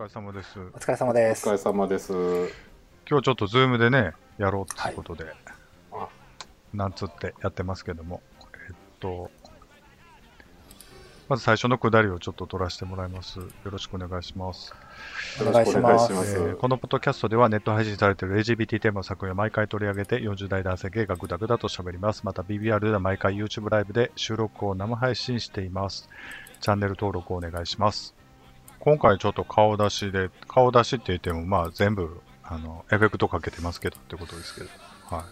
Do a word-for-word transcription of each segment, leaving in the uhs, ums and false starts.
れ様です。 お疲れ様です。 お疲れ様です。 今日ちょっとズームでね、やろうっていうことで、 はい、 なんつってやってますけども、えっと、まず最初のくだりをちょっと取らせてもらいます。よろしくお願いします。 お願いします。 えー、このポッドキャストではネット配信されている エルジービーティー テーマの作品を毎回取り上げてよんじゅう代男性ゲイがグダグダと喋ります。また ビービーアール では毎回 YouTube ライブで収録を生配信しています。チャンネル登録をお願いします。今回ちょっと顔出しで、顔出しって言ってもまあ全部あのエフェクトかけてますけどってことですけど。はい。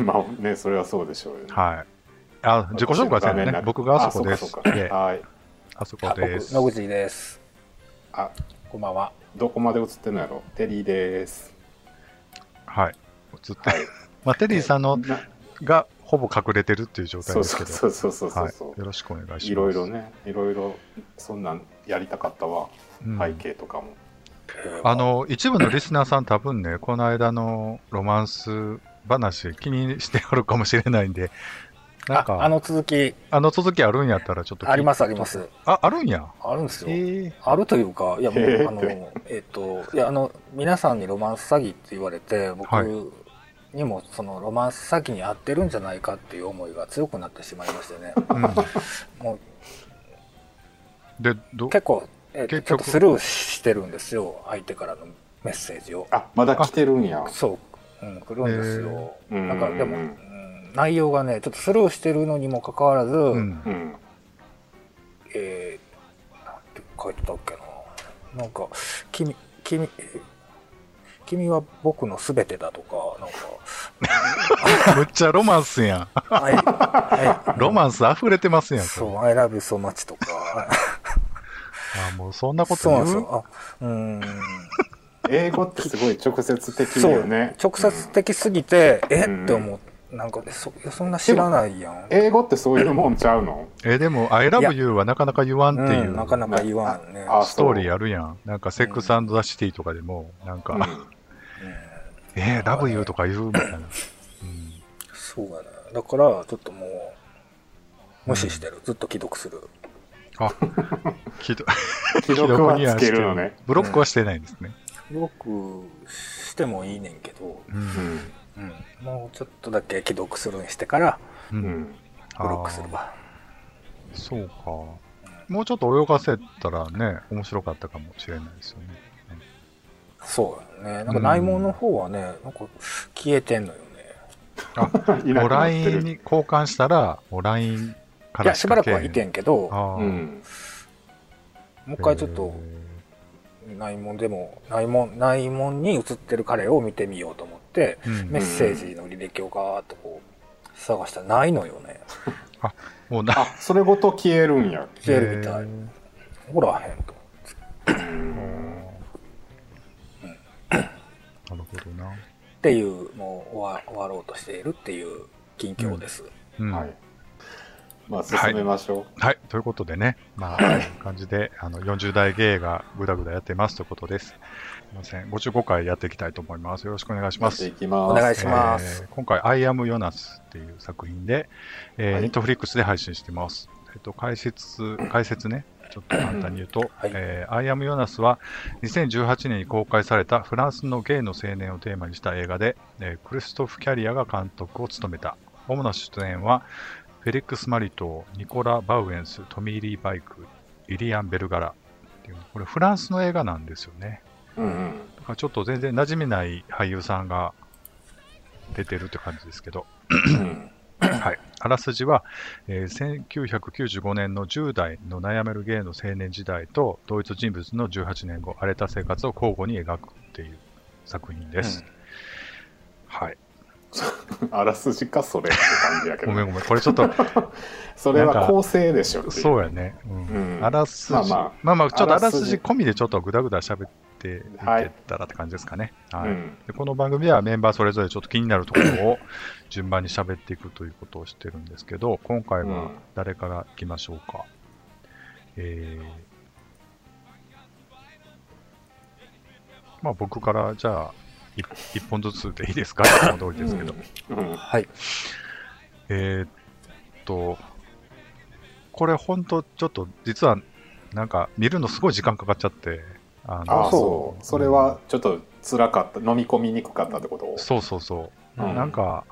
まあね、それはそうでしょうよね。 はい。あ、自己紹介ですね。僕があそこです。 はい。 あそこです。 野口です。 あ、 こんばんは。 どこまで映ってんのやろ。テリーです。 はい。映って、はい、まあテリーさんのがほぼ隠れてるっていう状態ですけど。 そうそうそうそうそう、 はい。よろしくお願いします。 いろいろね、いろいろそんなんやりたかったわ。うん、背景とかも。 あの一部のリスナーさん多分ね、この間のロマンス話気にしてあるかもしれないんで。 なんか あ, あの続きあの続きあるんやったらちょっとありますあります。 ああるんや。 あるんですよ。あるというか、いやもうあのえっといやあの皆さんにロマンス詐欺って言われて、僕にもそのロマンス詐欺に合ってるんじゃないかっていう思いが強くなってしまいましてね。うん、もうでど結構、えー、ちょっとスルーしてるんですよ、相手からのメッセージを。 あ、まだ来てるんや。 そう、うん、来るんですよ。なんかでも。内容がねちょっとスルーしてるのにもかかわらず、うん、えー、なんて書いてたっけな、なんか君君君は僕のすべてだとか、なんかむっちゃロマンスやん。はいはい、ロマンス溢れてますやん。 そう、I love you so much とか。 あ、もうそんなこと言う。 そうなんですよ。あ、うーん。 英語ってすごい直接的よね。 直接的すぎて、うん、え、うん、って思って。なんか そ, そんな知らないやん。 英語ってそういうもんちゃうの？ えでも I love you はなかなか言わんっていう、 うん、なかなか言わんね。 ストーリーあるやん。なんかセックス&ザ・シティとかでもなんか、うん、えー、ラブユーとか言うみたいな、うん、 そうやね。だからちょっともう無視してる、うん、ずっと既読する。 あ既読はつけるのね。 ブロックはしてないんですね。 ブロックしてもいいねんけど、うんうん、もうちょっとだけ既読するにしてから、うん、ブロックするわ。 そうか、うん、もうちょっと泳がせたらね面白かったかもしれないですよね、 うん、そうやね。なんか内門の方はね、うん、なんか消えてんのよね。 あもう ライン に交換したらもう ライン からいやしばらくはいてんけど、うん、もう一回ちょっと内門でも内門内門に映ってる彼を見てみようと思って、うん、メッセージの履歴をガーッとこう探したらないのよね。 あ、もうな、 あ、それごと消えるんや。 消えるみたい。ほらへんと。 なるほどな。 っていうもう終わ、終わろうとしているっていう近況です。 うんうん、 はい。まあ進めましょう。 はい、はい、ということでね、まあ、こういう感じであのよんじゅう代ゲイがぐだぐだやってますということです。すみません、ごじゅうごかいやっていきたいと思います。よろしくお願いします。 やっていきます。 お願いします。 えー、今回 I am Jonas っていう作品で、えー、Netflix で配信してます。えっと解説解説ね、ちょっと簡単に言うと、はい、えー、I am Jonas はにせんじゅうはちねんに公開されたフランスのゲイの青年をテーマにした映画で、えー、クリストフ・キャリアが監督を務めた。主な出演はフェリックス・マリトー、ニコラ・バウエンス、トミー・リー・バイク、イリアン・ベルガラっていう、これフランスの映画なんですよね。うんうん、だからちょっと全然馴染めない俳優さんが出てるって感じですけど、はい、あらすじは、えー、せんきゅうひゃくきゅうじゅうごねんのじゅう代の悩めるゲイの青年時代と同一人物のじゅうはちねんご荒れた生活を交互に描くっていう作品です。うん、はい。 あらすじかそれって感じやけど。 ごめんごめん、これちょっとそれは構成でしょ。 そうやね。うんうん、あらすじ、まあまあ、まあまあちょっとあらすじ込みでちょっとグダグダ喋ってみてたらって感じですかね。はいはい、うん、でこの番組ではメンバーそれぞれちょっと気になるところを順番に喋っていくということをしてるんですけど、今回は誰からいきましょうか。うん、えー、まあ僕からじゃあ一本ずつでいいですか？いつも通りですけど。 うんうん、はい。 えー、っと、これ本当ちょっと実はなんか見るのすごい時間かかっちゃって、 あのあそう、それはちょっと辛かった、飲み込みにくかったってこと？ そうそうそう、うん、なんか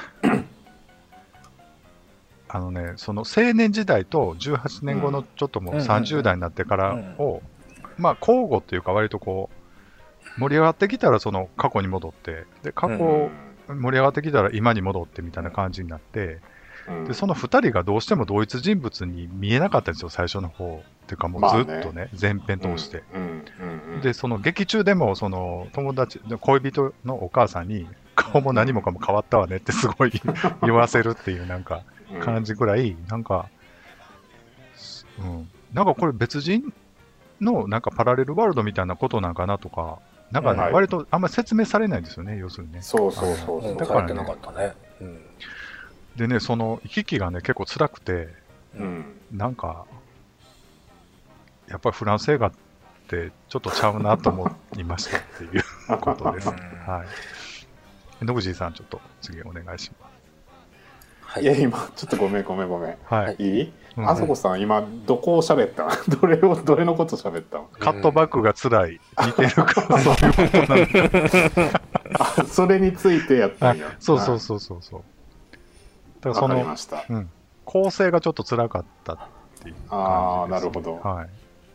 あのね、その青年時代とじゅうはちねんごのちょっともうさんじゅう代になってからを、まあ交互っていうか割とこう盛り上がってきたらその過去に戻って、で過去盛り上がってきたら今に戻ってみたいな感じになって、でそのふたりがどうしても同一人物に見えなかったんですよ、最初の方っていうかもうずっとね、前編通して、でその劇中でもその友達恋人のお母さんに顔も何もかも変わったわねってすごい言わせるっていうなんか感じぐらい、なんか、うん、なんかこれ別人のなんかパラレルワールドみたいなことなんかなとか、なんかね、はい、割とあんまり説明されないんですよね、要するにね。 そうそうそうそう。 だからね、なかったね。うん、 でね、その行き来がね、結構辛くて、 うん、 なんか、やっぱりフランス映画ってちょっとちゃうなと思いましたっていうことです。はい。野口さん、ちょっと次お願いします。 はい、いや、今、ちょっとごめんごめんごめん。 はい。 いい？うん、あそこさん、今、どこを喋ったどれを、どれのこと喋ったの？ カットバックが辛い。似てるか、そういうことなんだ。 あ、それについてやったんや。 そうそうそうそうそう。だからその、うん、構成がちょっと辛かったっていう感じです、ね。 ああ、なるほど。 はい。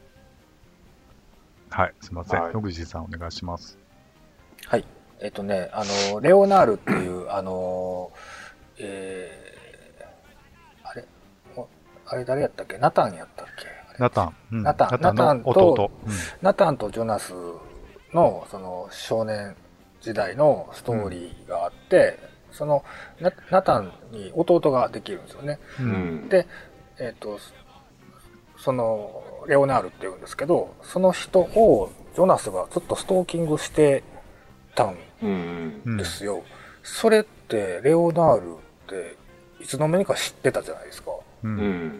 はい、すみません。はい、野口さん、お願いします。 はい。えっとね、あの、レオナールっていう、あの、えー、あれあれ誰やったっけ？ナタンやったっけ？ ナタン。 うん、ナタン。ナタンと、うん、ナタンとジョナスの、その、少年時代のストーリーがあって、うん、そのナ、ナタンに弟ができるんですよね。 うん、 で、えっと、その、レオナールっていうんですけど、その人をジョナスがずっとストーキングしてたんですよ。うん、それって、レオナールっていつの間にか知ってたじゃないですか。 うん、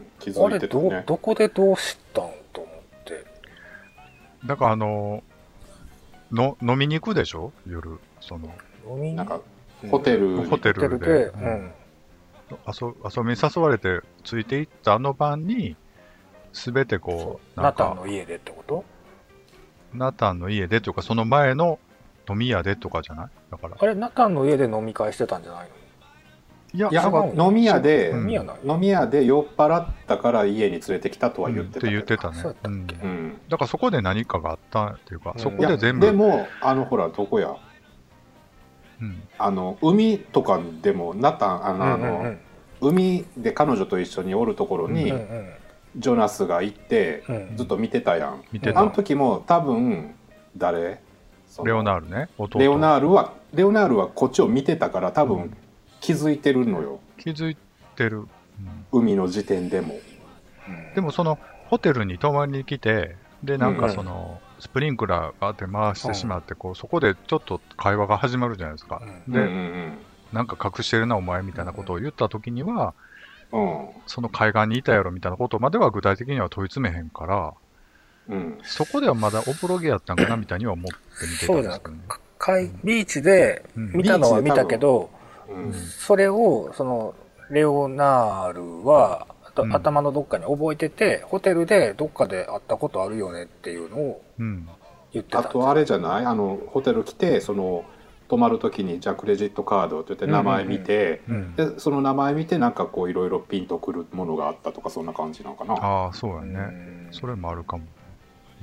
気づいてたね。 あれど、どこでどう知ったんと思って。 だからあの、の飲みに行くでしょ夜、その。 飲みになんか、ホテル、 ホテルで、うん、遊, 遊びに誘われてついていったあの晩に、すべてこう、 ナタンの家でってこと？ ナタンの家でというか、その前の飲み屋でとかじゃない？だから。 あれ、ナタンの家で飲み会してたんじゃないの？ いや、いや飲み屋で、うん、飲み屋で酔っ払ったから家に連れてきたとは言ってた、 うん、って言ってたね。 そうだったっけ、 うん、だからそこで何かがあったっていうか、うん、そこで全部。 でも、あの、ほら、どこや、うん、あの、海とかでも、ナタン、あの、うんうんうん、海で彼女と一緒におるところに、うんうん、ジョナスが行って、うん、ずっと見てたやん。 見てた。 あの時も多分、誰？ レオナールね。弟。 レオナールは、レオナールはこっちを見てたから多分、うん気づいてるのよ。 気づいてる、 うん、海の時点でも、 うん、でもそのホテルに泊まりに来て、でなんかその、うん、スプリンクラーがあって回してしまって、こうそこでちょっと会話が始まるじゃないですか、うん、で、うんうんうん、なんか隠してるなお前みたいなことを言った時には、うん、その海岸にいたやろみたいなことまでは具体的には問い詰めへんから、うん、そこではまだおぼろげやったんかなみたいには思って見てたんですけどね。 海ビーチで見たのは見たけど、うん、それをそのレオナールは、うん、頭のどっかに覚えてて、ホテルでどっかで会ったことあるよねっていうのを言ってたんです、うん、 あとあれじゃない、あのホテル来てその泊まるときにじゃあクレジットカードって言って名前見て、うんうんうん、でその名前見てなんかこういろいろピンとくるものがあったとかそんな感じなのかな。 ああそうやね、うん、それもあるかも、うん、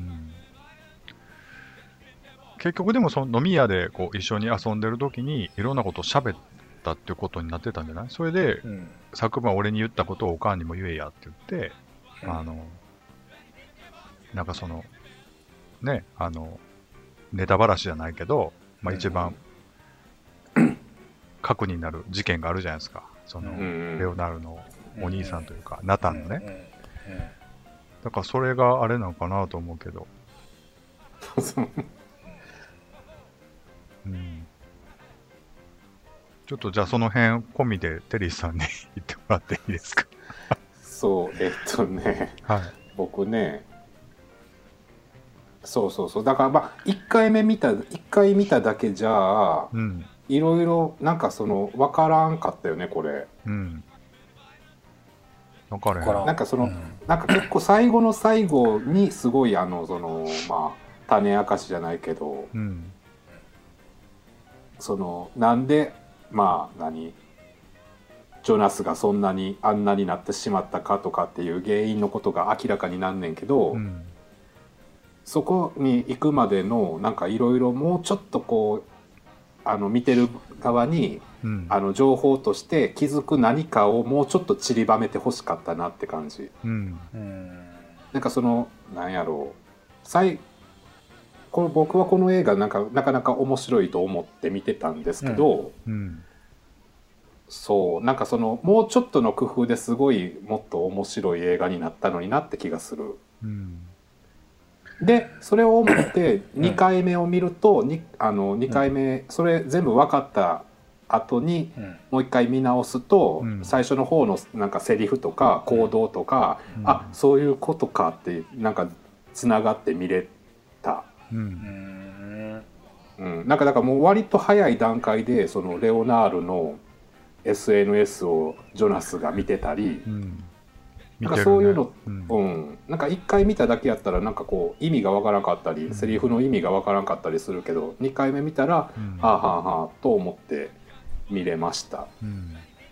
結局でもその飲み屋でこう一緒に遊んでる時にいろんなことを喋ってっていうことになってたんじゃない？それで、うん、昨晩俺に言ったことをおかんにも言えやって言って、うん、あのなんかそのねあのネタばらしじゃないけど、まあ、一番、うん、核になる事件があるじゃないですか、その、うん、レオナルドのお兄さんというか、うん、ナタンのね、うんうん、だからそれがあれなのかなと思うけどうんちょっとじゃあその辺込みでテリーさんに言ってもらっていいですか？ そう、えっとね、 はい、 僕ね、そうそうそう、だからまあいっかいめ見たいっかい見ただけじゃ、うん、いろいろなんかその分からんかったよねこれ。 うん。分からへん。 なんかその、うん、なんか結構最後の最後にすごいあのそのまあ種明かしじゃないけど、うん、そのなんでまあ何ジョナスがそんなにあんなになってしまったかとかっていう原因のことが明らかになんねんけど、うん、そこに行くまでのなんかいろいろもうちょっとこうあの見てる側に、うん、あの情報として気づく何かをもうちょっと散りばめてほしかったなって感じ、うん、なんかそのなんやろう最これ僕はこの映画なんかなかなか面白いと思って見てたんですけど、うんうん、そうなんかそのもうちょっとの工夫ですごいもっと面白い映画になったのになって気がする、うん、でそれを思ってにかいめを見ると、うん、にあのにかいめそれ全部分かった後にもう一回見直すと、うん、最初の方のなんかセリフとか行動とか、うん、あそういうことかってなんかつながって見れた、うんうん、なんかだからもう割と早い段階でそのレオナールの エスエヌエス をジョナスが見てたり、うん、なんかそういうの、うんうん、なんかいっかい見ただけやったらなんかこう意味がわからんかったり、うん、セリフの意味がわからんかったりするけどにかいめ見たら、うん、はあはあはあと思って見れました、うん、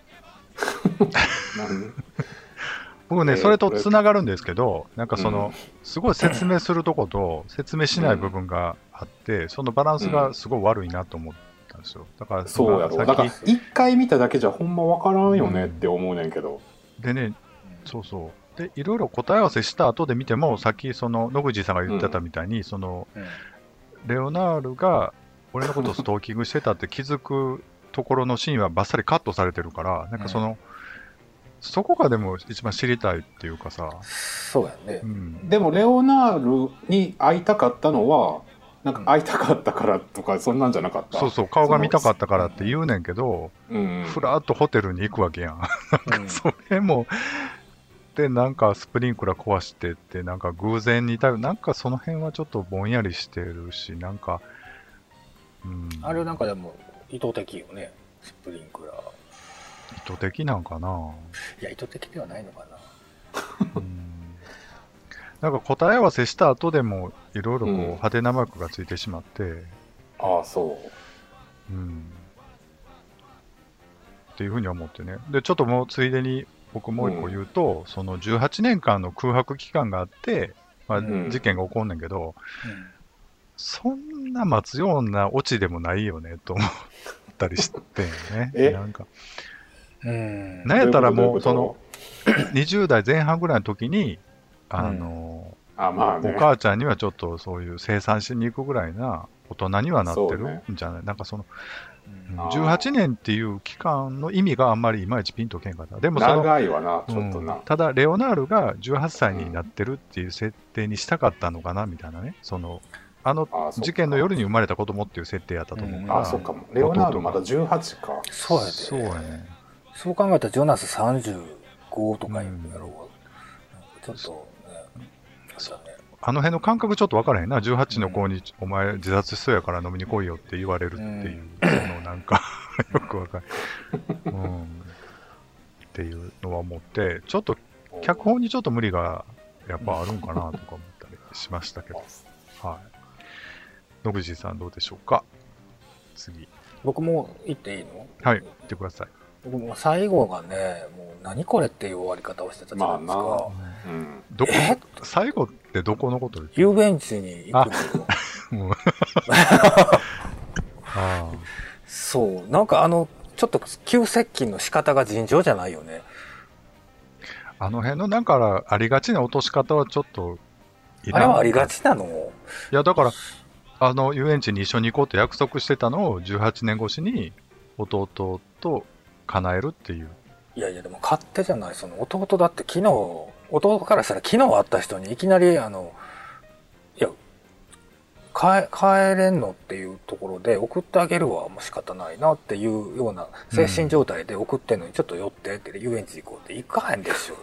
僕ね、えー、それとつながるんですけどなんかその、うん、すごい説明するとこと説明しない部分があって、うん、そのバランスがすごい悪いなと思ったんですよ。だからそうやろだからいっかい見ただけじゃほんまわからんよねって思うねんけど、 うん、でねそうそうでいろいろ答え合わせした後で見てもさっきその野口さんが言ってたみたいに、うん、その、うん、レオナールが俺のことをストーキングしてたって気づくところのシーンはバッサリカットされてるからなんかその、うん、そこがでも一番知りたいっていうかさそうやね、 うん、でもレオナールに会いたかったのはなんか会いたかったからとかそんなんじゃなかった、 そうそう顔が見たかったからって言うねんけど、うん、ふらっとホテルに行くわけやんなんかそれもでなんかスプリンクラー壊してってなんか偶然にいたなんかその辺はちょっとぼんやりしてるしなんか、 うん、あれなんかでも意図的よねスプリンクラー意図的なんかな。 いや意図的ではないのかなうんなんか答え合わせした後でもいろいろこう派手なマークがついてしまって、うん、 ああそううんっていうふうに思ってねでちょっともうついでに僕もう一個言うと、うん、そのじゅうはちねんかんの空白期間があって、まあ、事件が起こんねんけど、うん、そんな待つようなオチでもないよねと思ったりしてねえなんかうんなんやったらもうそのにじゅう代前半ぐらいの時にあの、うんあまあね、お母ちゃんにはちょっとそういう生産しに行くぐらいな大人にはなってるんじゃない、ね、なんかその、うん、じゅうはちねんっていう期間の意味があんまりいまいちピンとけんかった。でもその長いわなちょっとな、 うん、ただレオナールがじゅうはっさいになってるっていう設定にしたかったのかなみたいなねそのあの事件の夜に生まれた子供っていう設定やったと思うから、 うん、あそっかもレオナールまだじゅうはちかそうやでそうやねそう考えたらジョナスさんじゅうごとか言うやろう、うん、ちょっとねあの辺の感覚ちょっと分からへんなじゅうはちの子に、うん、お前自殺しそうやから飲みに来いよって言われるっていう、うん、そのなんかよく分かる、うん、っていうのは思ってちょっと脚本にちょっと無理がやっぱあるんかなとか思ったりしましたけど、はい、野口さんどうでしょうか次僕も言っていいのはい言ってください僕も最後がねもう何これっていう終わり方をしてたじゃないですか、まあまあうん、どこえ最後ってどこのことですか遊園地に行くのよあそうなんかあのちょっと急接近の仕方が尋常じゃないよねあの辺のなんかありがちな落とし方はちょっといらんあれはありがちなのいやだからあの遊園地に一緒に行こうって約束してたのをじゅうはちねん越しに弟と叶えるっていういやいやでも勝手じゃないその弟だって昨日弟からしたら昨日会った人にいきなりあのいや帰, 帰れんのっていうところで送ってあげるはもう仕方ないなっていうような精神状態で送ってんのにちょっと寄ってって遊園地行こうって行かへんでしょ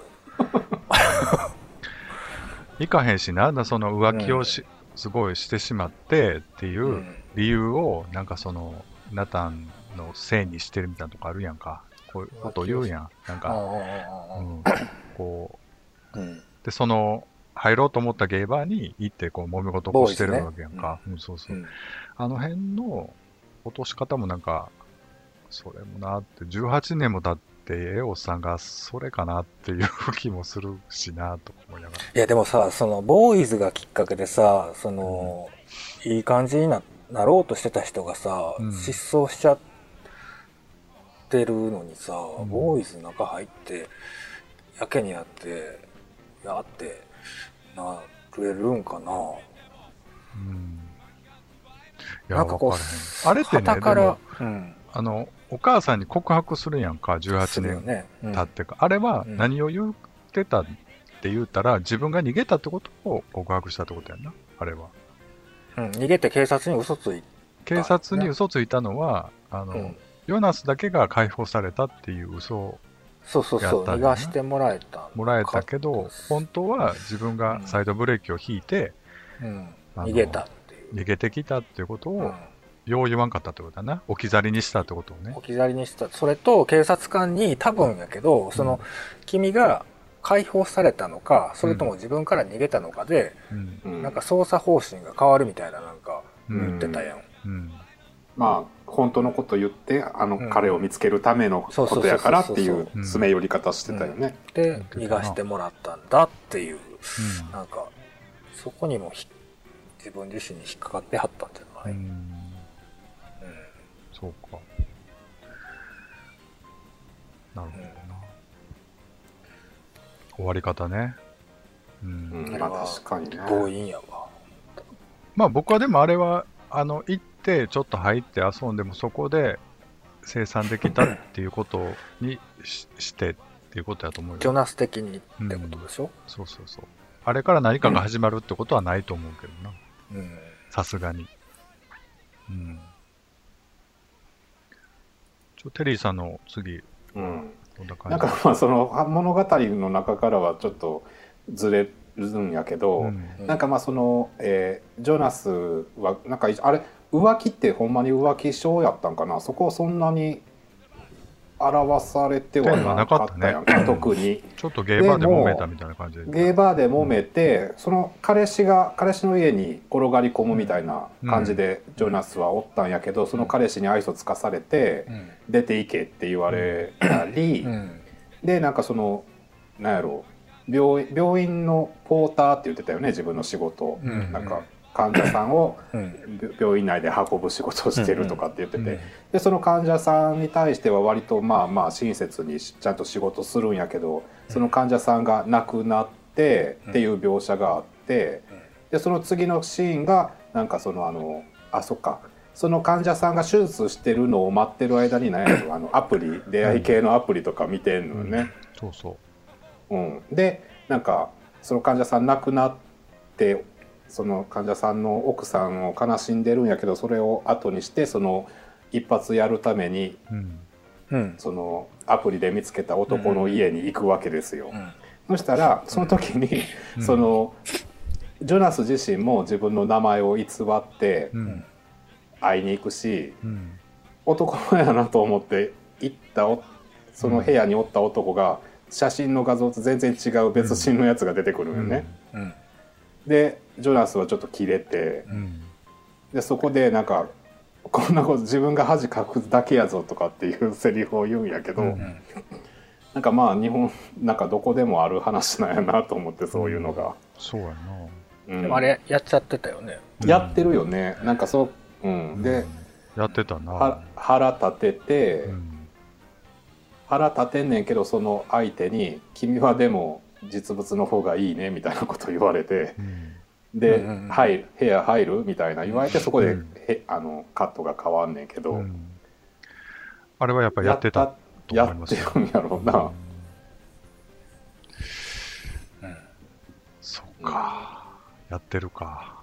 行かへんしなその浮気をし、うん、すごいしてしまってっていう理由をなんかそのナタンのせいにしてるみたいなとこあるやんかこういうこと言うやんなんか、うん、こう、うん、でその入ろうと思ったゲイバーに行ってこう揉め事をしてるわけやんか、ね、うん、そうそう、うん、あの辺の落とし方もなんかそれもなってじゅうはちねんも経ってエオさんがそれかなっていう気もするしなと思いながら。 いやでもさ、そのボーイズがきっかけでさ、その、うん、いい感じに な, なろうとしてた人がさ、うん、失踪しちゃってるのにさ、うん、ボーイズの中入ってやけになってやってなれるんかな。うん。 いや、なんかこうあれってね、から、うん、あのお母さんに告白するやんか、じゅうはちねん経ってか、ね、うん、あれは何を言ってたって言ったら、自分が逃げたってことを告白したってことやんな、あれは。 うん、逃げて警察に嘘ついた、ね。 警察に嘘ついたのは、あの、うん、ヨナスだけが解放されたっていう嘘をそうそうそう、逃がしてもらえた。 もらえたけど、本当は自分がサイドブレーキを引いて、 うん、逃げたっていう。 逃げてきたっていうことを、うんよう言わんかったってことだな。置き去りにしたってことをね。 置き去りにした。それと警察官に多分やけど、うん、その君が解放されたのか、それとも自分から逃げたのかで、うん、なんか捜査方針が変わるみたいななんか言ってたやん。うんうん、 まあ本当のこと言ってあの彼を見つけるためのことやからっていう詰め寄り方してたよね。 で逃がしてもらったんだっていう、うん、なんかそこにも自分自身に引っかかってはったんじゃない？うんそうか。なるほどな。うん、終わり方ね。 うん。うん、まあ確かにね。 強引やわ。 まあ僕はでもあれは、あの、行ってちょっと入って遊んでもそこで生産できたっていうことに し, してっていうことだと思うよ。 ジョナス的にってことでしょ、うん、 そうそうそう。あれから何かが始まるってことはないと思うけどな。さすがに。うん。テリーさんの次、 うん、なんかまあその物語の中からはちょっとずれるんやけど、うん、なんかまあその、えー、ジョナスはなんかあれ浮気ってほんまに浮気症やったんかな、そこそんなに表されてはなかったやんか、特にちょっとゲーバーで揉めたみたいな感じで、 ゲーバーで揉めて、うん、その彼氏が彼氏の家に転がり込むみたいな感じでジョナスはおったんやけど、その彼氏に愛想つかされて、うん、出ていけって言われたり、うん、でなんかそのなんやろう 病, 病院のポーターって言ってたよね、自分の仕事、うん、なんか患者さんを病院内で運ぶ仕事をしてるとかって言ってて、でその患者さんに対しては割とまあまあ親切にちゃんと仕事するんやけど、その患者さんが亡くなってっていう描写があって、でその次のシーンがなんかそのあのあそっかその患者さんが手術してるのを待ってる間に何やろあのアプリ出会い系のアプリとか見てんのよね。 そうそう。 うん、でなんかその患者さん亡くなってその患者さんの奥さんを悲しんでるんやけど、それを後にしてその一発やるために、うん、そのアプリで見つけた男の家に行くわけですよ、うん、そしたらその時に、うん、そのジョナス自身も自分の名前を偽って会いに行くし、うん、男やなと思って行ったその部屋におった男が写真の画像と全然違う別人のやつが出てくるよね、うんうん、でジョナスはちょっとキレて、うん、でそこでなんかこんなこと自分が恥かくだけやぞとかっていうセリフを言うんやけど、うん、なんかまあ日本なんかどこでもある話なんやなと思って、そういうのが、うん、 そうやな、 うん、でもあれやっちゃってたよね、 やってるよね、なんかそう、うん、で、 うん、やってたな、 腹立てて、うん、腹立てんねんけどその相手に君はでも実物の方がいいねみたいなこと言われて、うんで、うんうんうん、入る部屋入るみたいな言われて、そこで、うん、へあのカットが変わんねんけど、うん、 あれはやっぱりやってたと思いますよ。 やってるんやろうな、うんうん、 そっか、うん、やってるか、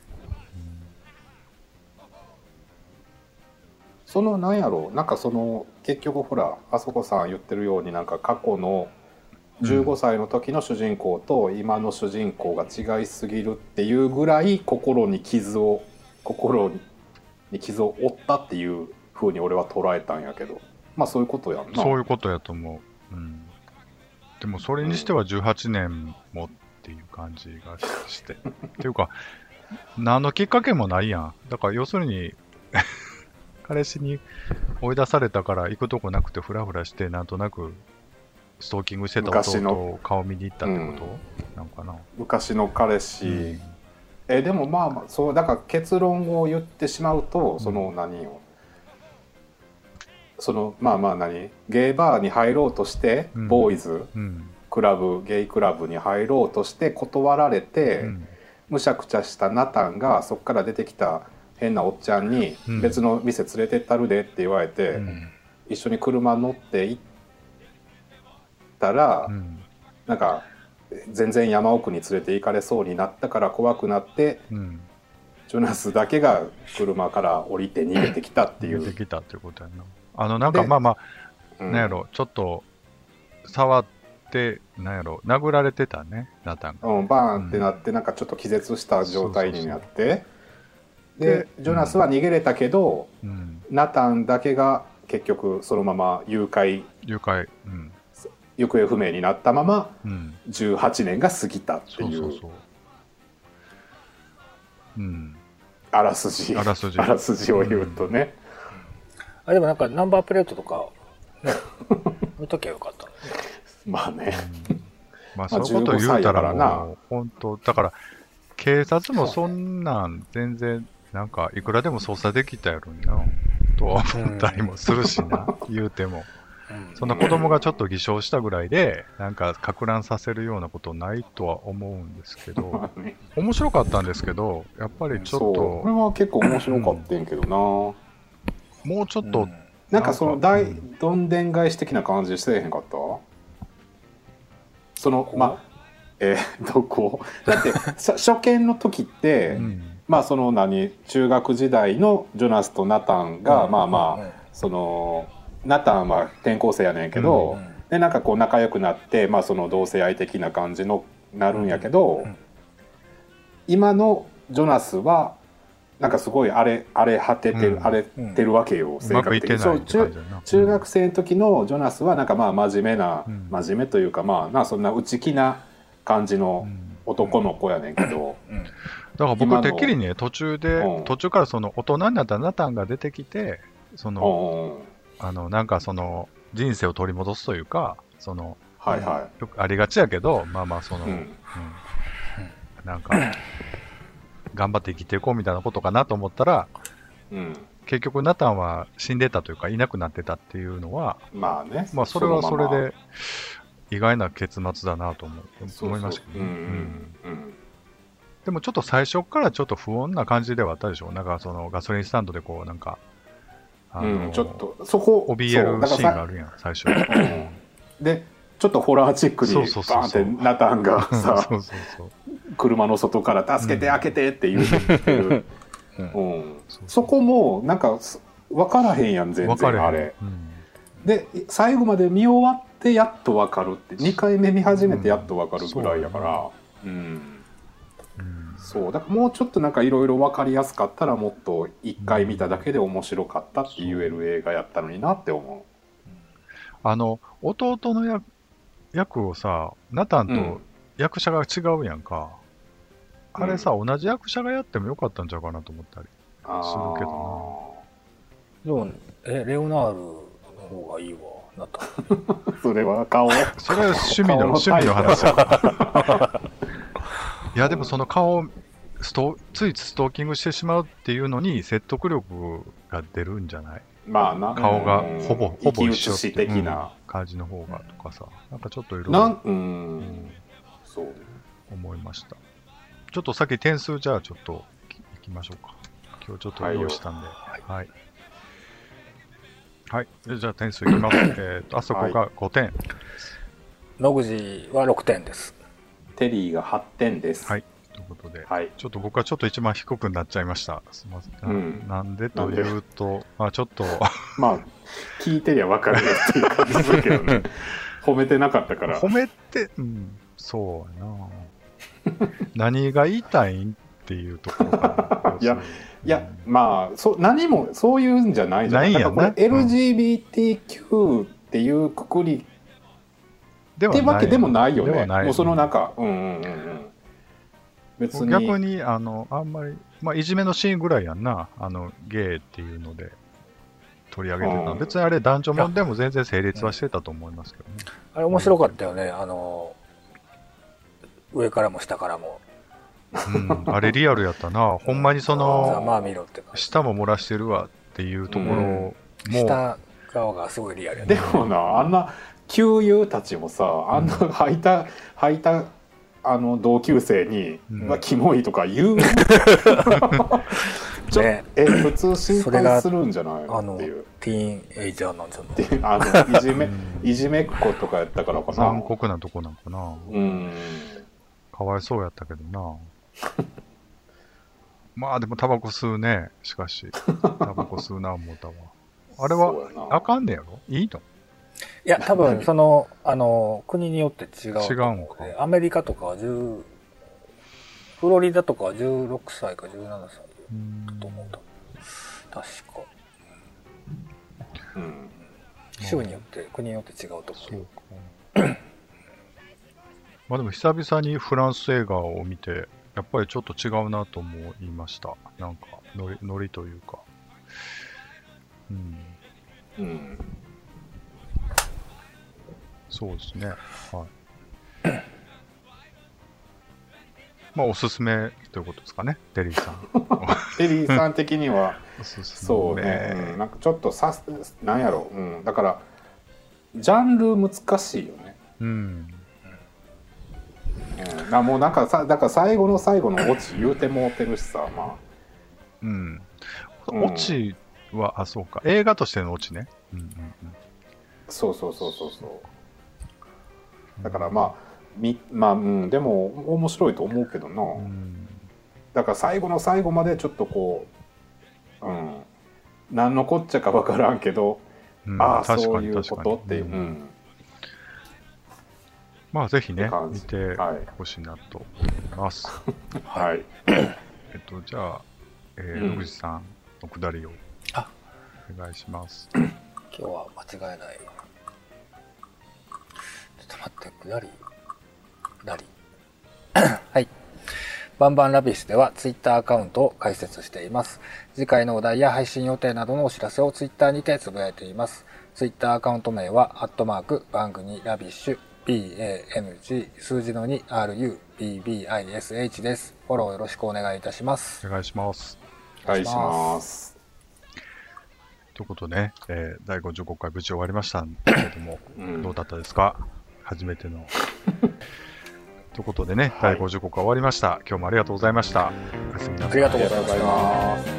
うん、そのなんやろう、なんかその結局ほらあそこさん言ってるようになんか過去のじゅうごさいの時の主人公と今の主人公が違いすぎるっていうぐらい心に傷を心に傷を負ったっていう風に俺は捉えたんやけど、まあそういうことやんな。 そういうことやと思う、うん、でもそれにしてはじゅうはちねんもってっていう感じがして。っていうか、何のきっかけもないやん。だから要するに、彼氏に追い出されたから行くとこなくてフラフラして、なんとなくストーキングしてた弟を顔見に行ったってこと、うん、なんかな。 昔の彼氏、うん、えでもまあまあそうだから結論を言ってしまうと、うん、その何をそのまあまあ何ゲイバーに入ろうとして、うん、ボーイズ、うん、クラブゲイクラブに入ろうとして断られて、うん、むしゃくちゃしたナタンがそこから出てきた変なおっちゃんに別の店連れてったるでって言われて、うん、一緒に車乗って行ったら、うん、なんか全然山奥に連れて行かれそうになったから怖くなって、うん、ジョナスだけが車から降りて逃げてきたっていう。 逃げてきたっていうことやな。あのなんかまあまあ、なんやろ、ちょっと触ってなんやろ殴られてたねナタンが、 うん、バーンってなって、うん、なんかちょっと気絶した状態になって、でジョナスは逃げれたけど、うん、ナタンだけが結局そのまま誘拐誘拐、うん、 行方不明になったままじゅうはちねんが過ぎたっていう、そうそうそう、うん、あらすじあらすじあらすじを言うとね、 うん、あでもなんかナンバープレートとかね見ときゃよかったね。 まあね、 うん、まあそういうこと言うたらもう本当だから警察もそんなん全然なんかいくらでも捜査できたやろなとは思ったりもするしな、うん、言うても、うん、そんな子供がちょっと偽証したぐらいでなんか撹乱させるようなことないとは思うんですけど面白かったんですけどやっぱりちょっとこれは結構面白かったんけどな、うん、 もうちょっと、うん、 なんかその大、うん、どんでん返し的な感じしてへんかったそのまあえー、どこだって初見の時って、うん、まあその何中学時代のジョナスとナタンが、うん、まあまあ、うん、そのナタンは転校生やねんけど、うん、でなんかこう仲良くなって、まあ、その同性愛的な感じのなるんやけど、うん、今のジョナスはなんかすごい荒れ荒れ果ててる、うん、荒れてるわけよ、性格的に。そう中中学生の時のジョナスはなんかまあ真面目な、うん、真面目というかまあなそんな内気な感じの男の子やねんけど、うんうん、 だから僕てっきりね途中で、うん、途中からその大人になったナタンが出てきてその、うん、あのなんかその人生を取り戻すというかその、はいはい、よくありがちやけどまあまあその、うんうん、なんか頑張って生きていこうみたいなことかなと思ったら、うん、結局ナタンは死んでたというかいなくなってたっていうのはまあね、 まあそれはそれで意外な結末だなと思思いましたけどね。でもちょっと最初からちょっと不穏な感じではあったでしょ。なんかそのガソリンスタンドでこうなんかあの、うん、ちょっとそこ怯えるシーンがあるやん最初。 でちょっとホラーチックにバーンってナタンがさそうそうそう車の外から助けて開けてって言ってる。そこもなんか分からへんやん全然あれ。うん、で最後まで見終わってやっと分かるってにかいめ見始めてやっと分かるぐらいやから、うんうんうん、そうだからもうちょっとなんかいろいろ分かりやすかったらもっといっかい見ただけで面白かったって言える映画やったのになって思う。 あの弟の役役をさナタンと役者が違うやんか、うん、あれさ、うん、同じ役者がやってもよかったんちゃうかなと思ったりするけどな。でもえレオナールの方がいいわナタンそれは顔それは趣味の趣味の話だいやでもその顔をストついストーキングしてしまうっていうのに説得力が出るんじゃない。 まあな顔がほぼほぼ一緒って的な感じの方がとかさ、なんかちょっといろいろなんうん、そう思いました。ちょっとさっき点数じゃあちょっといきましょうか。今日ちょっと用意したんで、はいはい、はい、じゃあ点数いきます。えっとあそこがごてん、はい、 野口はろくてんです。 テリーがはってんです。 はい。ということで、はい、ちょっと僕はちょっと一番低くなっちゃいました。すみません。うん、なんでというと、まあちょっとまあ聞いてりゃ分かるよっていう感じするけどね。褒めてなかったから。 褒めて、うん、そうやな。何が言いたいんっていうところかな。 いやいや、うん、まあそ何もそういうんじゃないじゃない。ないんやな。これ エルジービーティーキュー っていうくくりってわけでもないよね。もうそのなんか、うんうんうんうん。 別に逆にあのあんまり、まあ、いじめのシーンぐらいやんな、あのゲイっていうので取り上げてた、うん、別にあれ男女もんでも全然成立はしてたと思いますけどね。 あれ面白かったよね、あの上からも下からも、 うん、あれリアルやったな。ほんまにそのまあ見ろって下も漏らしてるわっていうところも、 うん、下側がすごいリアルやね。でもな、あんな旧友たちもさ、あんな履いた履いたあの同級生に、うん、まあ、キモいとか言うちょ、ね、え普通心配するんじゃないのっていう。 ティーンエイジャーなんじゃないあのいじめ、うん、いじめっ子とかやったからかな。 残酷なとこなんかな。うん、かわいそうやったけどな。まあでもタバコ吸うね。しかしタバコ吸うな思ったわ。あれはあかんねやろ。いいの？ いや多分そのあの国によって違う。 違うんか。 アメリカとかはじゅう、フロリダとかはじゅうろくさいかじゅうななさいだと思うと。確か。うん。州によって国によって違うと思う。そうか。 まあでも久々にフランス映画を見てやっぱりちょっと違うなと思いました。なんかノリ、ノリというか。うん。うん。そうですね。はい。まあおすすめということですかね、テリーさん。 テリーさん的にはそうね、うん、なんかちょっとさなんやろう、うん、だからジャンル難しいよね。うん。うん、もうなんかさだから最後の最後のオチ言うてもうてるしさ、まあ。 うん。オチは、うん、あそうか映画としてのオチね。うんうんうん。 そうそうそうそうそう。だからまあみまあ、うん、でも面白いと思うけどな、うん、だから最後の最後までちょっとこう、うん、何のこっちゃか分からんけど、うん、ああそういうことっていう、うんうん、 まあぜひね見てほしいなと思います。はい。えっとじゃあ、えー、野口さんのくだりをお願いします。 今日は間違いない。ちょっと待って、くだりくだりはい。バンバンラビッシュではツイッターアカウントを開設しています。次回のお題や配信予定などのお知らせをツイッターにてつぶやいています。ツイッターアカウント名はアットマークバングニラビッシュ ビーエーエヌジー 数字の にアールユービービーアイエスエイチ です。フォローよろしくお願いいたします。 お願いします。 お願いします。 ということでね、えー、だいごじゅうごかい無事終わりましたけれども、うん、どうだったですか？初めてのということでね、はい、だいごじゅうごかい終わりました。今日もありがとうございました。おやすみなさい。 ありがとうございました。